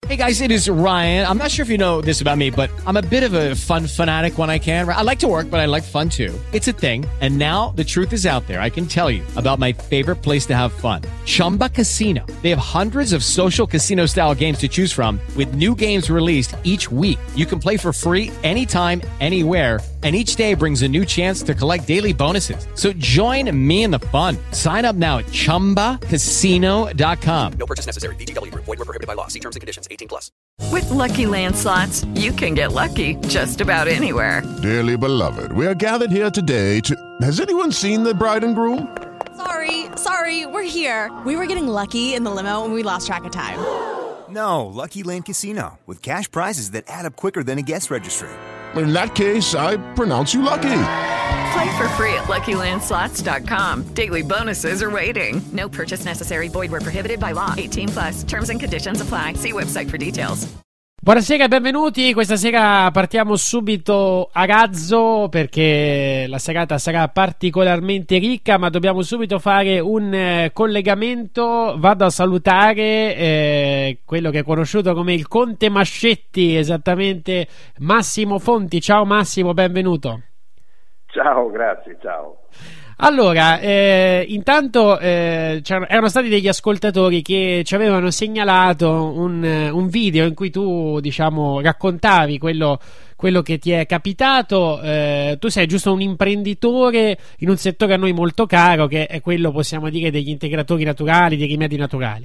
Hey guys, it is Ryan. I'm not sure if you know this about me, but I'm a bit of a fun fanatic when I can. I like to work, but I like fun too. It's a thing. And now the truth is out there. I can tell you about my favorite place to have fun. Chumba Casino. They have hundreds of social casino style games to choose from with new games released each week. You can play for free anytime, anywhere. And each day brings a new chance to collect daily bonuses. So join me in the fun. Sign up now at ChumbaCasino.com. No purchase necessary. VGW Group. Void where prohibited by law. See terms and conditions. 18+. With Lucky Land Slots, you can get lucky just about anywhere. Dearly beloved, we are gathered here today to... Has anyone seen the bride and groom? Sorry, we're here. We were getting lucky in the limo and we lost track of time. No, Lucky Land Casino, with cash prizes that add up quicker than a guest registry. In that case, I pronounce you lucky. Play for free at LuckyLandSlots.com. Daily bonuses are waiting. No purchase necessary. Void where prohibited by law. 18+. Terms and conditions apply. See website for details. Buonasera e benvenuti. Questa sera partiamo subito a razzo perché la serata sarà particolarmente ricca, ma dobbiamo subito fare un collegamento. Vado a salutare quello che è conosciuto come il Conte Mascetti, esattamente Massimo Fonti. Ciao Massimo, benvenuto. Ciao, grazie, ciao. Allora, intanto erano stati degli ascoltatori che ci avevano segnalato un video in cui tu, diciamo, raccontavi quello che ti è capitato. Tu sei giusto un imprenditore in un settore a noi molto caro, che è quello, possiamo dire, degli integratori naturali, dei rimedi naturali.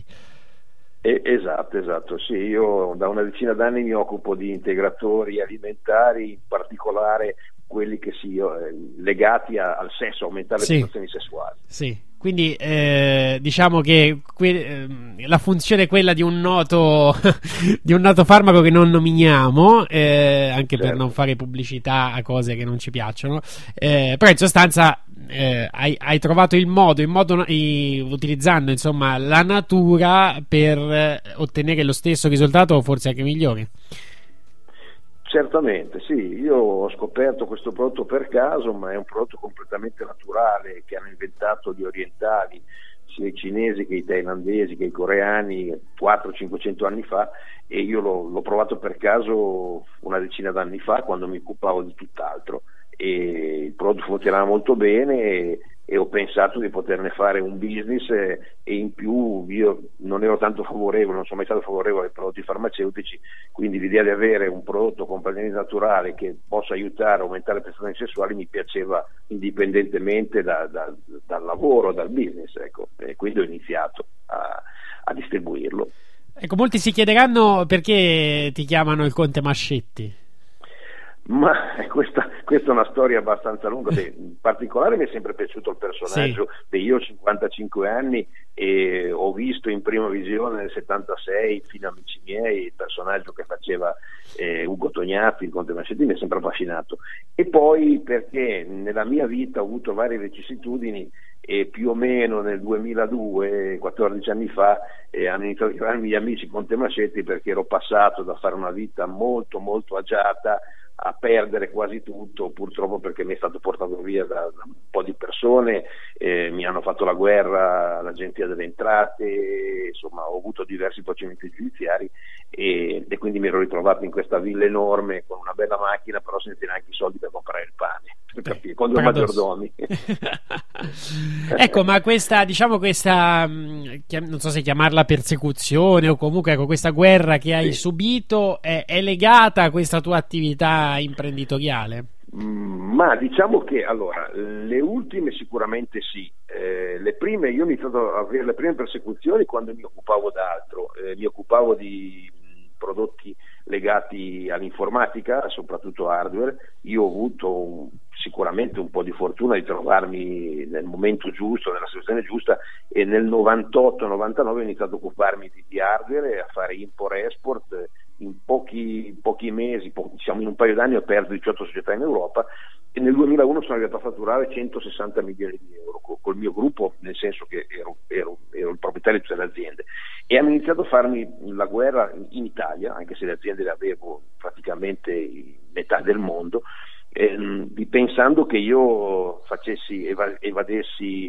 Esatto, sì, io da una decina d'anni mi occupo di integratori alimentari, in particolare quelli che legati al sesso, aumentare le prestazioni sessuali. Sì, quindi diciamo che la funzione è quella di un noto farmaco che non nominiamo, anche per non fare pubblicità a cose che non ci piacciono, però in sostanza hai trovato il modo utilizzando insomma la natura per ottenere lo stesso risultato o forse anche migliore. Certamente, sì, io ho scoperto questo prodotto per caso, ma è un prodotto completamente naturale che hanno inventato gli orientali, sia i cinesi che i thailandesi che i coreani 400-500 anni fa, e io l'ho provato per caso una decina d'anni fa quando mi occupavo di tutt'altro, e il prodotto funzionava molto bene e ho pensato di poterne fare un business, e in più io non ero tanto favorevole, non sono mai stato favorevole ai prodotti farmaceutici, quindi l'idea di avere un prodotto completamente naturale che possa aiutare a aumentare le prestazioni sessuali mi piaceva indipendentemente dal lavoro, dal business, ecco, e quindi ho iniziato a distribuirlo. Ecco, molti si chiederanno perché ti chiamano il Conte Mascetti. Ma questa è una storia abbastanza lunga. In particolare mi è sempre piaciuto il personaggio. Io ho 55 anni e ho visto in prima visione nel 76 Fino a Amici miei, il personaggio che faceva Ugo Tognazzi, il Conte Mascetti, mi è sempre affascinato, e poi perché nella mia vita ho avuto varie vicissitudini e più o meno nel 2002, 14 anni fa, hanno iniziato a chiamarmi gli amici Conte Mascetti perché ero passato da fare una vita molto molto agiata a perdere quasi tutto, purtroppo, perché mi è stato portato via da un po' di persone, mi hanno fatto la guerra all'Agenzia delle Entrate, insomma ho avuto diversi procedimenti giudiziari e quindi mi ero ritrovato in questa villa enorme con una bella macchina, però senza neanche i soldi per comprare il pane, per capire, con due maggiordomi. Ecco, ma questa non so se chiamarla persecuzione o comunque, ecco, questa guerra che hai subito è legata a questa tua attività imprenditoriale? Ma diciamo che allora le ultime sicuramente sì, le prime io ho iniziato a avere le prime persecuzioni quando mi occupavo d'altro, mi occupavo di prodotti legati all'informatica, soprattutto hardware. Io ho avuto sicuramente un po' di fortuna di trovarmi nel momento giusto, nella situazione giusta, e nel 98-99 ho iniziato a occuparmi di hardware e a fare import-export. In pochi mesi, diciamo in un paio d'anni, ho aperto 18 società in Europa e nel 2001 sono arrivato a fatturare 160 milioni di euro col mio gruppo, nel senso che ero il proprietario di tutte le aziende, e hanno iniziato a farmi la guerra in Italia, anche se le aziende le avevo praticamente metà del mondo, pensando che io evadessi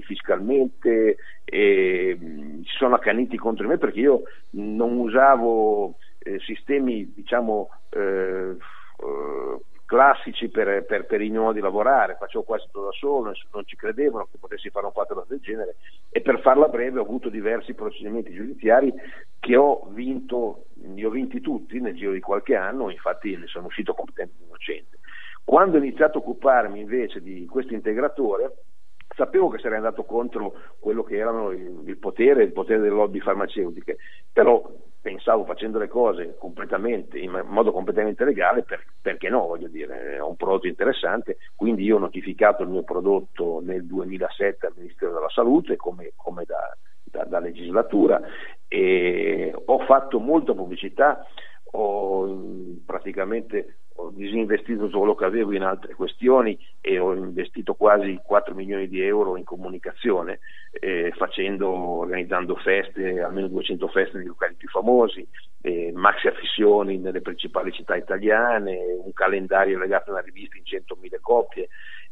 fiscalmente, si sono accaniti contro me perché io non usavo sistemi diciamo classici per i nodi lavorare, facevo quasi tutto da solo, non ci credevano che potessi fare un quadro del genere, e per farla breve ho avuto diversi procedimenti giudiziari che ho vinto, li ho vinti tutti nel giro di qualche anno, infatti ne sono uscito completamente innocente. Quando ho iniziato a occuparmi invece di questo integratore, sapevo che sarei andato contro quello che erano il potere delle lobby farmaceutiche, però pensavo, facendo le cose completamente in modo completamente legale, perché no, voglio dire, è un prodotto interessante. Quindi io ho notificato il mio prodotto nel 2007 al Ministero della Salute come da legislatura, e ho fatto molta pubblicità, praticamente ho disinvestito tutto quello che avevo in altre questioni e ho investito quasi 4 milioni di euro in comunicazione, organizzando feste, almeno 200 feste nei locali più famosi, maxi affissioni nelle principali città italiane, un calendario legato a una rivista in 100.000 copie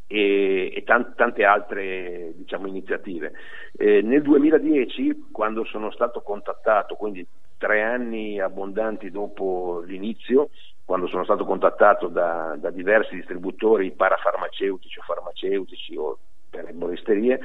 e tante altre, diciamo, iniziative. Nel 2010, quando sono stato contattato, quindi 3 anni abbondanti dopo l'inizio, quando sono stato contattato da diversi distributori parafarmaceutici o farmaceutici o per erboristerie,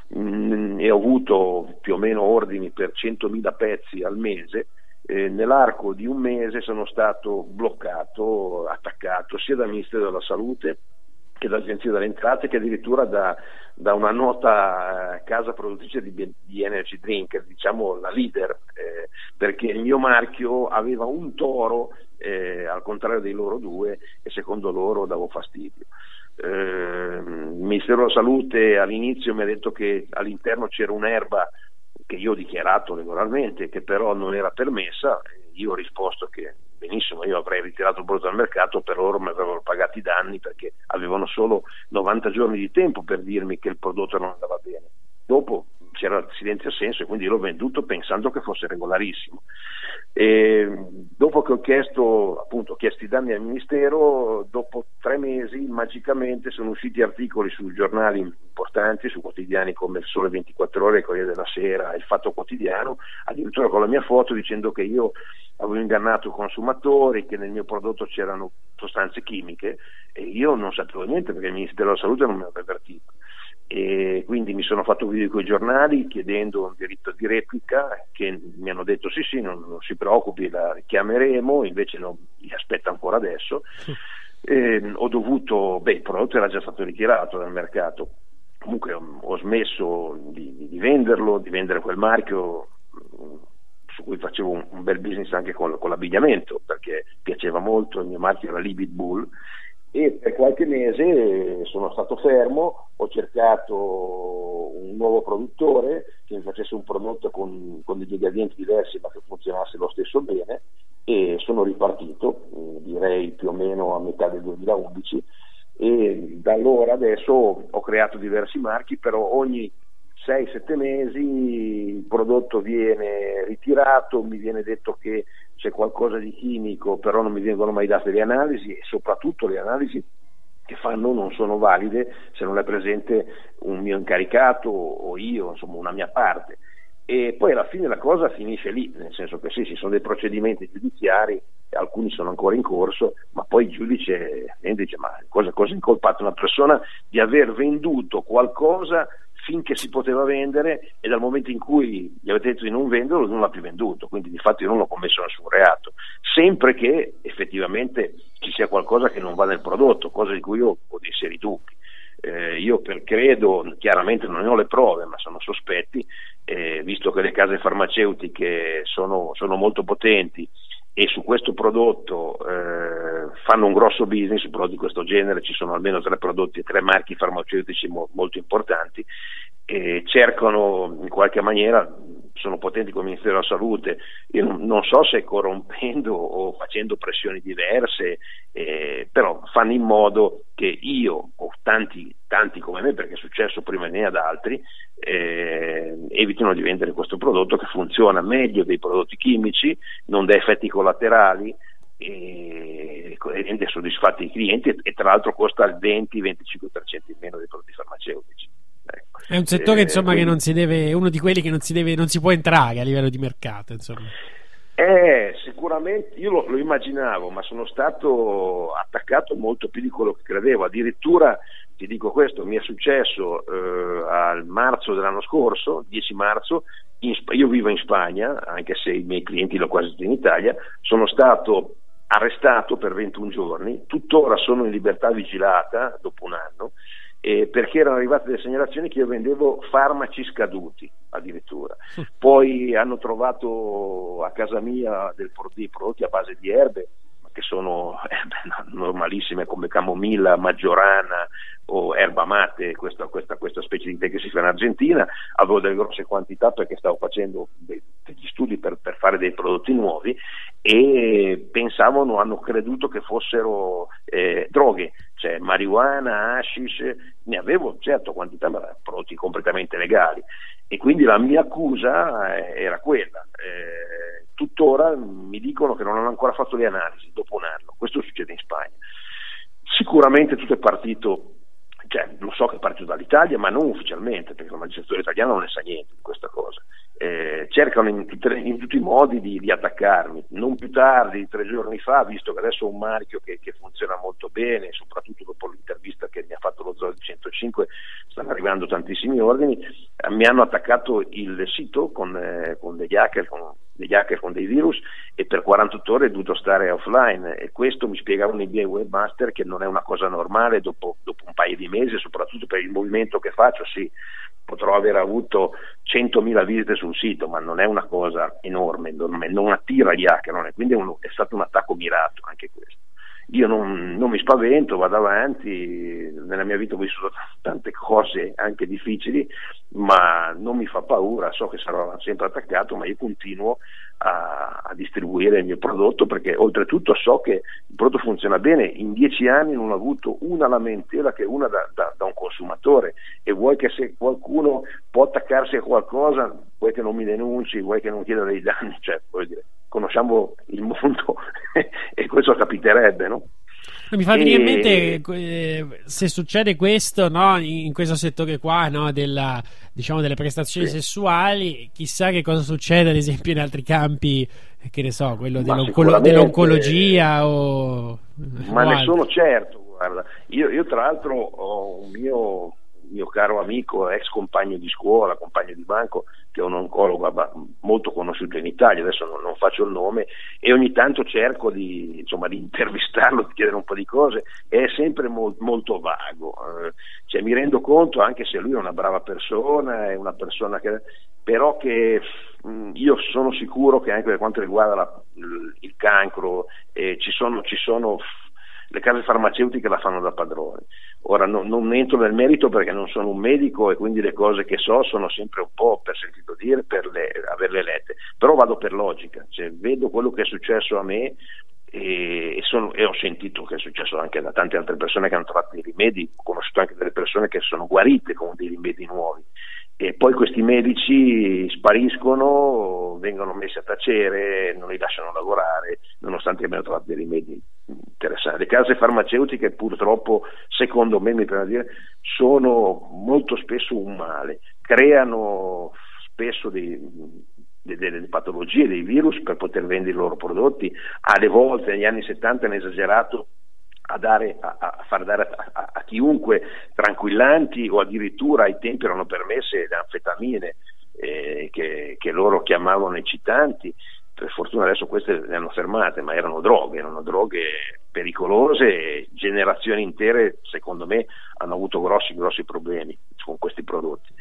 e ho avuto più o meno ordini per 100.000 pezzi al mese, nell'arco di un mese sono stato bloccato, attaccato sia dal Ministero della Salute che dall'Agenzia delle Entrate, che addirittura da una nota casa produttrice di energy drink, diciamo la leader, perché il mio marchio aveva un toro, al contrario dei loro due, e secondo loro davo fastidio. Il Ministero della Salute all'inizio mi ha detto che all'interno c'era un'erba che io ho dichiarato regolarmente, che però non era permessa. Io ho risposto che benissimo, io avrei ritirato il prodotto dal mercato, per loro mi avrebbero pagato i danni, perché avevano solo 90 giorni di tempo per dirmi che il prodotto non andava bene. Dopo c'era il silenzio assenso, e quindi l'ho venduto pensando che fosse regolarissimo. E dopo che ho chiesto i danni al Ministero, dopo 3 mesi magicamente sono usciti articoli su giornali importanti, su quotidiani come il Sole 24 Ore, il Corriere della Sera, il Fatto Quotidiano, addirittura con la mia foto, dicendo che io avevo ingannato i consumatori, che nel mio prodotto c'erano sostanze chimiche, e io non sapevo niente perché il Ministero della Salute non mi aveva avvertito. E quindi mi sono fatto video con i giornali chiedendo un diritto di replica, che mi hanno detto sì, non si preoccupi, la richiameremo, invece li aspetta ancora adesso. Ho dovuto, il prodotto era già stato ritirato dal mercato, comunque ho smesso di venderlo, di vendere quel marchio su cui facevo un bel business anche con l'abbigliamento, perché piaceva molto. Il mio marchio era Libid Bull, e per qualche mese sono stato fermo, ho cercato un nuovo produttore che mi facesse un prodotto con degli ingredienti diversi ma che funzionasse lo stesso bene, e sono ripartito, direi più o meno a metà del 2011, e da allora adesso ho creato diversi marchi, però ogni 6-7 mesi il prodotto viene ritirato, mi viene detto che c'è qualcosa di chimico, però non mi vengono mai date le analisi, e soprattutto le analisi che fanno non sono valide se non è presente un mio incaricato o io, insomma una mia parte. E poi alla fine la cosa finisce lì, nel senso che sì, ci sono dei procedimenti giudiziari, alcuni sono ancora in corso, ma poi il giudice dice: ma cosa incolpate una persona di aver venduto qualcosa finché si poteva vendere, e dal momento in cui gli avete detto di non venderlo non l'ha più venduto, quindi di fatto io non ho commesso nessun reato, sempre che effettivamente ci sia qualcosa che non va nel prodotto, cosa di cui io ho dei seri dubbi. Io credo, chiaramente non ne ho le prove, ma sono sospetti, visto che le case farmaceutiche sono molto potenti e su questo prodotto fanno un grosso business. Su prodotti di questo genere ci sono almeno 3 prodotti e 3 marchi farmaceutici molto importanti, e cercano in qualche maniera, sono potenti come il Ministero della Salute, io non so se corrompendo o facendo pressioni diverse, però fanno in modo che io o tanti come me, perché è successo prima di me ad altri, evitino di vendere questo prodotto che funziona meglio dei prodotti chimici, non dà effetti collaterali e rende soddisfatti i clienti, e tra l'altro costa il 20-25% in meno dei prodotti farmaceutici. Ecco. È un settore insomma quindi, che non si deve, uno di quelli che non si può entrare a livello di mercato, insomma. Sicuramente io lo immaginavo, ma sono stato attaccato molto più di quello che credevo. Addirittura ti dico questo, mi è successo al marzo dell'anno scorso, 10 marzo, io vivo in Spagna, anche se i miei clienti l'ho quasi tutti in Italia, sono stato arrestato per 21 giorni, tuttora sono in libertà vigilata dopo un anno, perché erano arrivate delle segnalazioni che io vendevo farmaci scaduti addirittura. Poi hanno trovato a casa mia dei prodotti a base di erbe che sono normalissime, come camomilla, maggiorana o erba mate, questa specie di tè che si fa in Argentina. Avevo delle grosse quantità perché stavo facendo degli studi per fare dei prodotti nuovi, e hanno creduto che fossero droghe, cioè marijuana, hashish. Ne avevo certo quantità, ma prodotti completamente legali, e quindi la mia accusa era quella. Tuttora mi dicono che non hanno ancora fatto le analisi dopo un anno. Questo succede in Spagna. Sicuramente tutto è partito, lo so che è partito dall'Italia, ma non ufficialmente, perché la magistratura italiana non ne sa niente di questa cosa. Cercano in tutti i modi di attaccarmi. Non più tardi, 3 giorni fa, visto che adesso ho un marchio che funziona molto bene, soprattutto dopo l'intervista che mi ha fatto lo Zoo di 105, stanno arrivando tantissimi ordini. Mi hanno attaccato il sito con degli hacker, con dei virus, e per 48 ore è dovuto stare offline, e questo mi spiegavano i miei webmaster che non è una cosa normale dopo un paio di mesi, soprattutto per il movimento che faccio. Sì, potrò aver avuto 100.000 visite sul sito, ma non è una cosa enorme, non attira gli hacker, quindi è stato un attacco mirato anche questo. Io non mi spavento, vado avanti. Nella mia vita ho vissuto tante cose anche difficili, ma non mi fa paura. So che sarò sempre attaccato, ma io continuo a distribuire il mio prodotto, perché oltretutto so che il prodotto funziona bene. In 10 anni non ho avuto una lamentela che una da un consumatore, e vuoi che se qualcuno può attaccarsi a qualcosa, vuoi che non mi denunci, vuoi che non chieda dei danni, voglio dire, conosciamo il mondo e questo capiterebbe, no? Mi fa venire in mente se succede questo, no, in questo settore qua, no, delle prestazioni sessuali, chissà che cosa succede ad esempio in altri campi, che ne so, quello dell'oncologia ma ne sono certo. Guarda, io tra l'altro ho un mio caro amico, ex compagno di scuola, compagno di banco, che è un oncologo molto conosciuto in Italia, adesso non faccio il nome, e ogni tanto cerco di intervistarlo, di chiedere un po' di cose, e è sempre molto vago. Mi rendo conto, anche se lui è una brava persona, è una persona però che io sono sicuro che anche per quanto riguarda il cancro, ci sono le case farmaceutiche la fanno da padrone. Ora non entro nel merito perché non sono un medico, e quindi le cose che so sono sempre un po' per sentito dire, per averle lette, però vado per logica, vedo quello che è successo a me, e ho sentito che è successo anche da tante altre persone che hanno trovato dei rimedi. Ho conosciuto anche delle persone che sono guarite con dei rimedi nuovi, e poi questi medici spariscono, vengono messi a tacere, non li lasciano lavorare, nonostante abbiano trovato dei rimedi interessanti. Le case farmaceutiche, purtroppo, secondo me, mi prendo a dire, sono molto spesso un male, creano spesso delle patologie, dei virus per poter vendere i loro prodotti. Alle volte negli anni 70 hanno esagerato a far dare a chiunque tranquillanti, o addirittura ai tempi erano permesse le anfetamine che loro chiamavano eccitanti. Per fortuna adesso queste le hanno fermate, ma erano droghe pericolose, e generazioni intere, secondo me, hanno avuto grossi problemi con questi prodotti.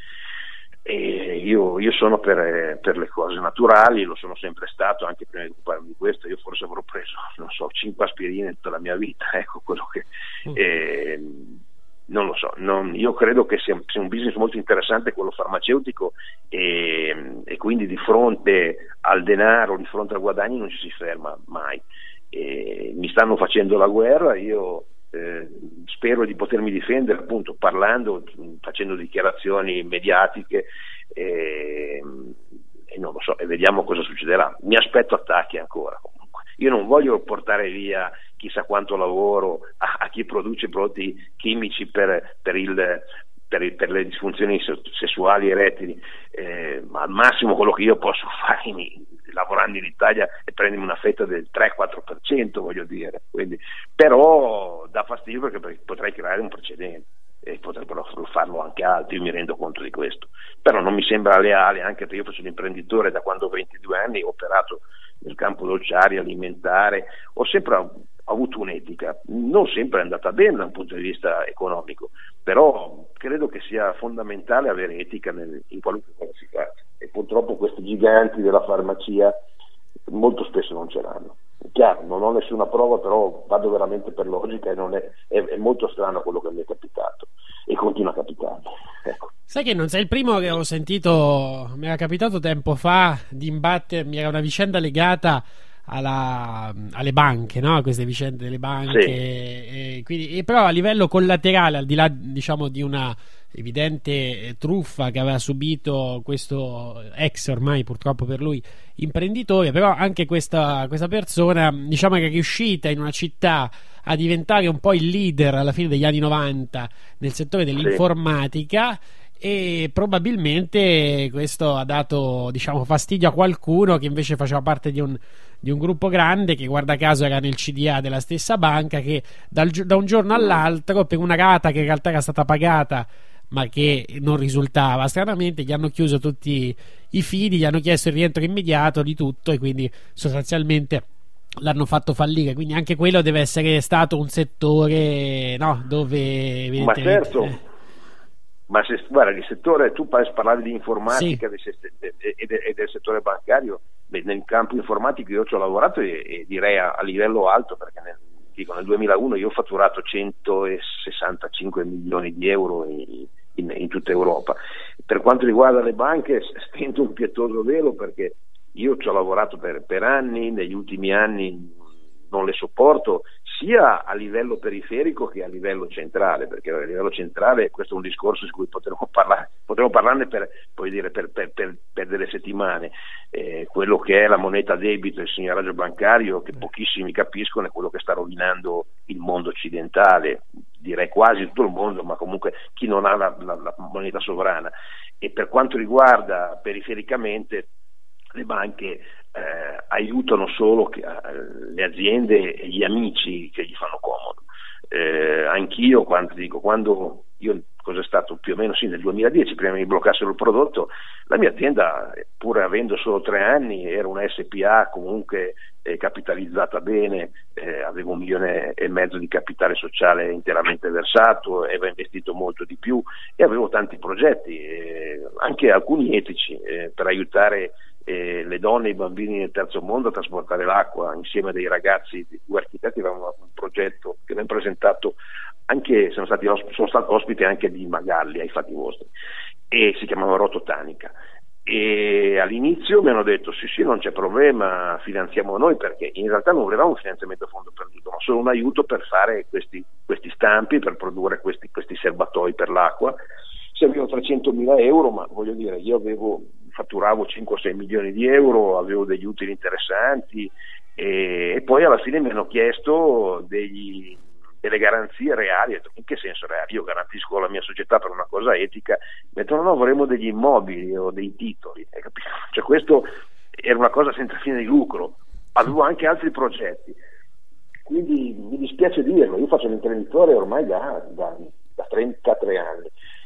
E io sono per le cose naturali, lo sono sempre stato, anche prima di occuparmi di questo. Io forse avrò preso 5 aspirine in tutta la mia vita, ecco quello che non lo so. Io credo che sia un business molto interessante quello farmaceutico, e quindi di fronte al denaro, di fronte al guadagno, non ci si ferma mai. Mi stanno facendo la guerra, io spero di potermi difendere, appunto, parlando, facendo dichiarazioni mediatiche, e non lo so, e vediamo cosa succederà. Mi aspetto attacchi ancora. Comunque io non voglio portare via chissà quanto lavoro a chi produce prodotti chimici per per le disfunzioni sessuali erettili, ma al massimo quello che io posso fare lavorando in Italia è prendermi una fetta del 3-4%, voglio dire. Quindi, però dà fastidio perché potrei creare un precedente e potrebbero farlo anche altri, io mi rendo conto di questo, però non mi sembra leale, anche perché io faccio l'imprenditore da quando ho 22 anni, ho operato nel campo dolciario, alimentare, ho sempre avuto un'etica, non sempre è andata bene da un punto di vista economico, però credo che sia fondamentale avere etica in qualunque cosa si faccia, e purtroppo questi giganti della farmacia molto spesso non ce l'hanno. Chiaro, non ho nessuna prova, però vado veramente per logica e è molto strano quello che mi è capitato e continua a capitare. Ecco. Sai che non sei il primo che ho sentito, mi era capitato tempo fa di imbattermi, era una vicenda legata alle banche, no? Queste vicende delle banche, sì. Quindi, però a livello collaterale, al di là, diciamo, di una evidente truffa che aveva subito questo ex, ormai purtroppo per lui, imprenditore, però anche questa persona, diciamo, che è riuscita in una città a diventare un po' il leader alla fine degli anni 90 nel settore dell'informatica. E probabilmente questo ha dato, diciamo, fastidio a qualcuno che invece faceva parte di un gruppo grande, che guarda caso era nel CDA della stessa banca, che da un giorno all'altro, per una rata che in realtà era stata pagata ma che non risultava, stranamente gli hanno chiuso tutti i fidi, gli hanno chiesto il rientro immediato di tutto e quindi sostanzialmente l'hanno fatto fallire. Quindi anche quello deve essere stato un settore, no, dove evidentemente... Ma certo, ma guarda, il settore, tu parlavi di informatica, sì, e del settore bancario. Beh, nel campo informatico io ci ho lavorato e direi a livello alto, perché nel 2001 io ho fatturato 165 milioni di euro in tutta Europa. Per quanto riguarda le banche stendo un pietoso velo, perché io ci ho lavorato per anni, negli ultimi anni non le sopporto, sia a livello periferico che a livello centrale, perché a livello centrale questo è un discorso su cui potremmo parlarne per delle settimane. Quello che è la moneta a debito e il signoraggio bancario, che pochissimi capiscono, è quello che sta rovinando il mondo occidentale, direi quasi tutto il mondo, ma comunque chi non ha la moneta sovrana. E per quanto riguarda perifericamente, le banche aiutano solo le aziende e gli amici che gli fanno comodo. Anch'io quando io, cos'è stato più o meno nel 2010, prima mi bloccassero il prodotto, la mia azienda, pur avendo solo 3 anni, era una SPA comunque capitalizzata bene, avevo 1,5 milioni di capitale sociale interamente versato, avevo investito molto di più e avevo tanti progetti, anche alcuni etici, per aiutare le donne e i bambini nel terzo mondo a trasportare l'acqua. Insieme a dei ragazzi, 2 architetti, avevamo un progetto che abbiamo presentato, anche sono stato ospite anche di Magalli ai Fatti Vostri, e si chiamava Rototanica. E all'inizio mi hanno detto sì, non c'è problema, finanziamo noi, perché in realtà non volevamo un finanziamento a fondo perduto, ma solo un aiuto per fare questi stampi, per produrre questi serbatoi per l'acqua. Servivano 300.000 euro, ma voglio dire, io fatturavo 5-6 milioni di euro, avevo degli utili interessanti, e poi alla fine mi hanno chiesto delle garanzie reali. Ho detto, in che senso reali? Io garantisco la mia società per una cosa etica. Mi detto no, vorremmo degli immobili o dei titoli, hai capito? Cioè, questo era una cosa senza fine di lucro, avevo anche altri progetti, quindi mi dispiace dirlo, io faccio l'imprenditore ormai da 33 anni.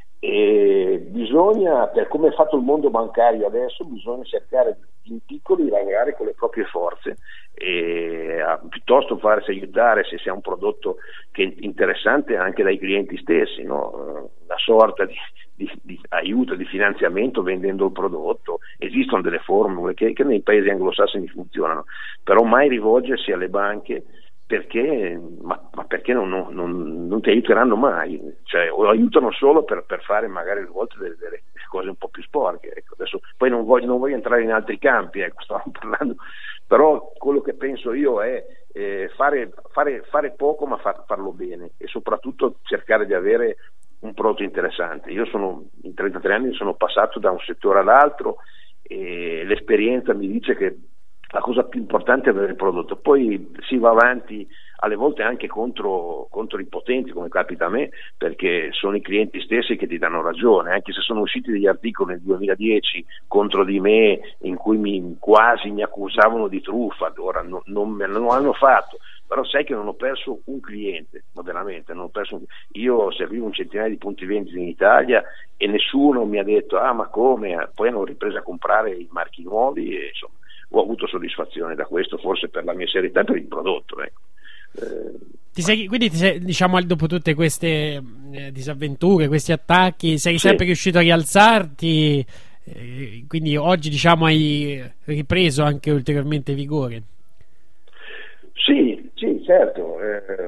E bisogna, per come è fatto il mondo bancario adesso, bisogna cercare in piccolo di lavorare con le proprie forze, e piuttosto farsi aiutare, se si ha un prodotto che è interessante, anche dai clienti stessi, no? Una sorta di aiuto, di finanziamento vendendo il prodotto. Esistono delle formule che nei paesi anglosassoni funzionano, però mai rivolgersi alle banche, perché non ti aiuteranno mai, cioè, o aiutano solo per fare magari a volte delle cose un po' più sporche, ecco. Adesso poi non voglio entrare in altri campi, ecco, stavamo parlando, però quello che penso io è fare poco ma farlo bene, e soprattutto cercare di avere un prodotto interessante. Io in 33 anni sono passato da un settore all'altro, e l'esperienza mi dice che la cosa più importante è avere il prodotto, poi si va avanti alle volte anche contro i potenti, come capita a me, perché sono i clienti stessi che ti danno ragione, anche se sono usciti degli articoli nel 2010 contro di me in cui quasi mi accusavano di truffa. Ora non me lo hanno fatto, però sai che non ho perso un cliente, ma veramente non ho perso io servivo un centinaio di punti vendita in Italia e nessuno mi ha detto ma come, poi hanno ripreso a comprare i marchi nuovi e insomma ho avuto soddisfazione da questo, forse per la mia serietà e per il prodotto, ecco. Quindi diciamo, dopo tutte queste disavventure, questi attacchi, sei sempre riuscito a rialzarti, quindi oggi diciamo hai ripreso anche ulteriormente vigore. Sì, certo,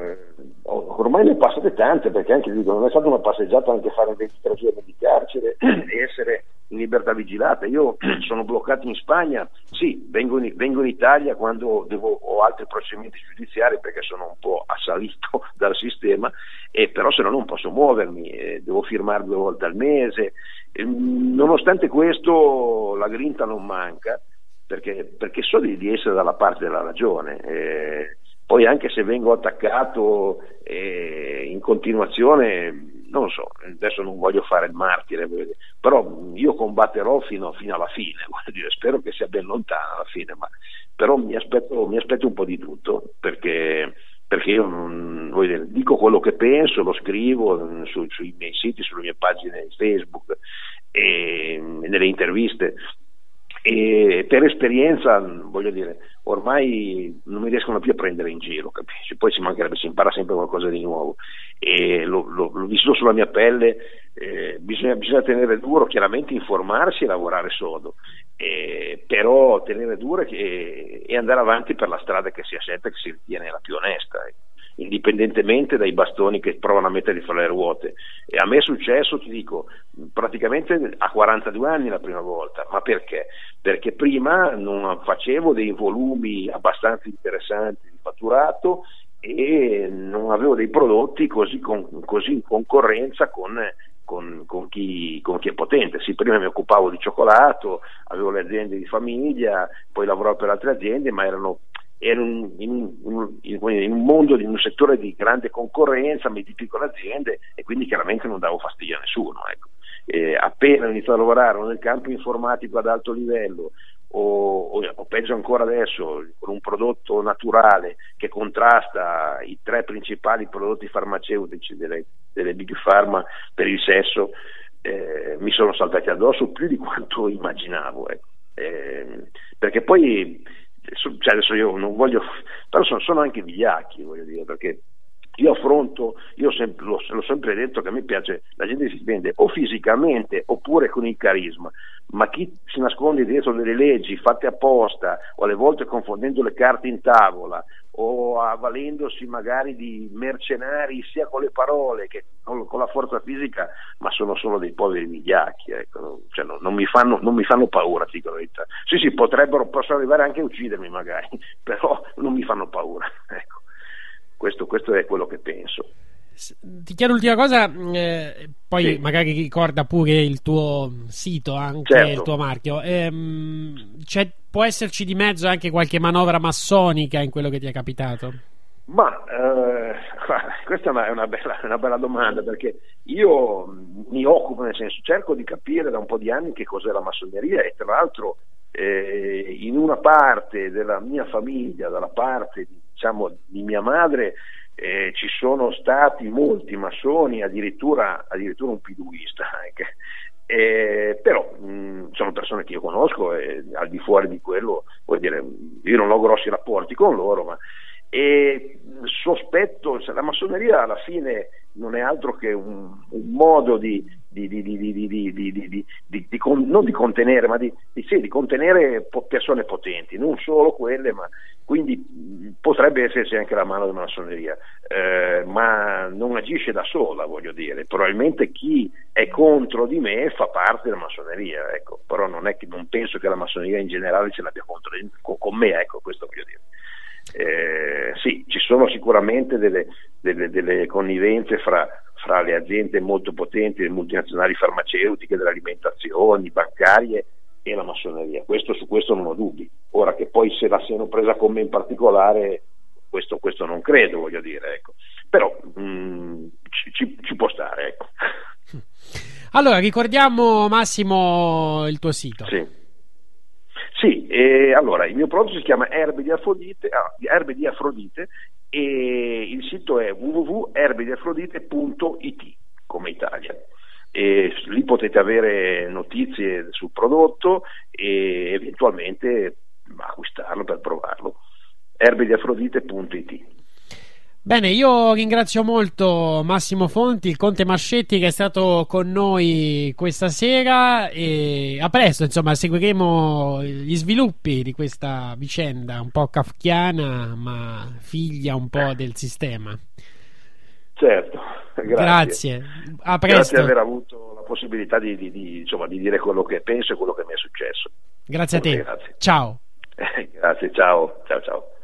ormai ne passate tante, perché anche dico, non è stata una passeggiata anche fare 23 giorni di carcere e essere in libertà vigilata. Io sono bloccato in Spagna, sì, vengo in Italia quando ho altri procedimenti giudiziari perché sono un po' assalito dal sistema, però se no non posso muovermi, devo firmare 2 volte al mese. Nonostante questo la grinta non manca, perché so di essere dalla parte della ragione. Poi anche se vengo attaccato in continuazione, non lo so, adesso non voglio fare il martire, però io combatterò fino alla fine, spero che sia ben lontana alla fine, però mi aspetto un po' di tutto, perché io dico quello che penso, lo scrivo sui miei siti, sulle mie pagine Facebook e nelle interviste. E per esperienza, voglio dire, ormai non mi riescono più a prendere in giro, capisci? Poi si impara sempre qualcosa di nuovo e l'ho vissuto sulla mia pelle. Bisogna tenere duro, chiaramente informarsi e lavorare sodo, però tenere duro e andare avanti per la strada che si è scelta, che si ritiene la più onesta, indipendentemente dai bastoni che provano a metterli fra le ruote. E a me è successo, ti dico, praticamente a 42 anni la prima volta. Ma perché? Perché prima non facevo dei volumi abbastanza interessanti di fatturato e non avevo dei prodotti così in concorrenza con chi è potente. Sì, prima mi occupavo di cioccolato, avevo le aziende di famiglia, poi lavoravo per altre aziende, ma erano in un mondo, in un settore di grande concorrenza, ma di piccole aziende, e quindi chiaramente non davo fastidio a nessuno, ecco. Appena ho iniziato a lavorare nel campo informatico ad alto livello o peggio ancora adesso con un prodotto naturale che contrasta i 3 principali prodotti farmaceutici delle big pharma per il sesso, mi sono saltati addosso più di quanto immaginavo, ecco. Perché poi adesso io non voglio, però sono anche vigliacchi, voglio dire, perché l'ho sempre detto che a me piace, la gente si vende o fisicamente oppure con il carisma, ma chi si nasconde dietro delle leggi fatte apposta o alle volte confondendo le carte in tavola o avvalendosi magari di mercenari sia con le parole che con la forza fisica, ma sono solo dei poveri vigliacchi, ecco. Cioè, non mi fanno paura, ti dico la verità. Sì, possono arrivare anche a uccidermi magari, però non mi fanno paura, ecco. Questo è quello che penso. Ti chiedo l'ultima cosa, poi sì, magari ricorda pure il tuo sito, anche certo, il tuo marchio. Può esserci di mezzo anche qualche manovra massonica in quello che ti è capitato? Ma questa è una bella domanda, perché io mi occupo, nel senso, cerco di capire da un po' di anni che cos'è la massoneria, e tra l'altro in una parte della mia famiglia, dalla parte di mia madre, ci sono stati molti massoni, addirittura un piduista anche. Però sono persone che io conosco, e al di fuori di quello, vuol dire, io non ho grossi rapporti con loro, ma sospetto, la massoneria alla fine non è altro che un modo non di contenere, ma di contenere persone potenti, non solo quelle, ma quindi potrebbe esserci anche la mano della massoneria, ma non agisce da sola, voglio dire. Probabilmente chi è contro di me fa parte della massoneria, ecco. Però non penso che la massoneria in generale ce l'abbia con me, ecco, questo voglio dire. Sì, ci sono sicuramente delle connivenze fra le aziende molto potenti, le multinazionali farmaceutiche, delle alimentazioni, bancarie e la massoneria. Su questo non ho dubbi. Ora che poi se la siano presa con me in particolare, questo non credo, voglio dire, ecco. Però ci può stare, ecco. Allora, ricordiamo, Massimo, il tuo sito. Sì, allora il mio prodotto si chiama Erbe di Afrodite e il sito è www.erbediafrodite.it, come Italia. E lì potete avere notizie sul prodotto e eventualmente acquistarlo per provarlo. erbediafrodite.it. Bene, io ringrazio molto Massimo Fonti, il Conte Mascetti, che è stato con noi questa sera, e a presto, insomma, seguiremo gli sviluppi di questa vicenda un po' kafkiana, ma figlia un po' del sistema. Certo, grazie. A presto. Grazie di aver avuto la possibilità di dire quello che penso e quello che mi è successo. Grazie a te. Grazie. Ciao. Grazie, ciao.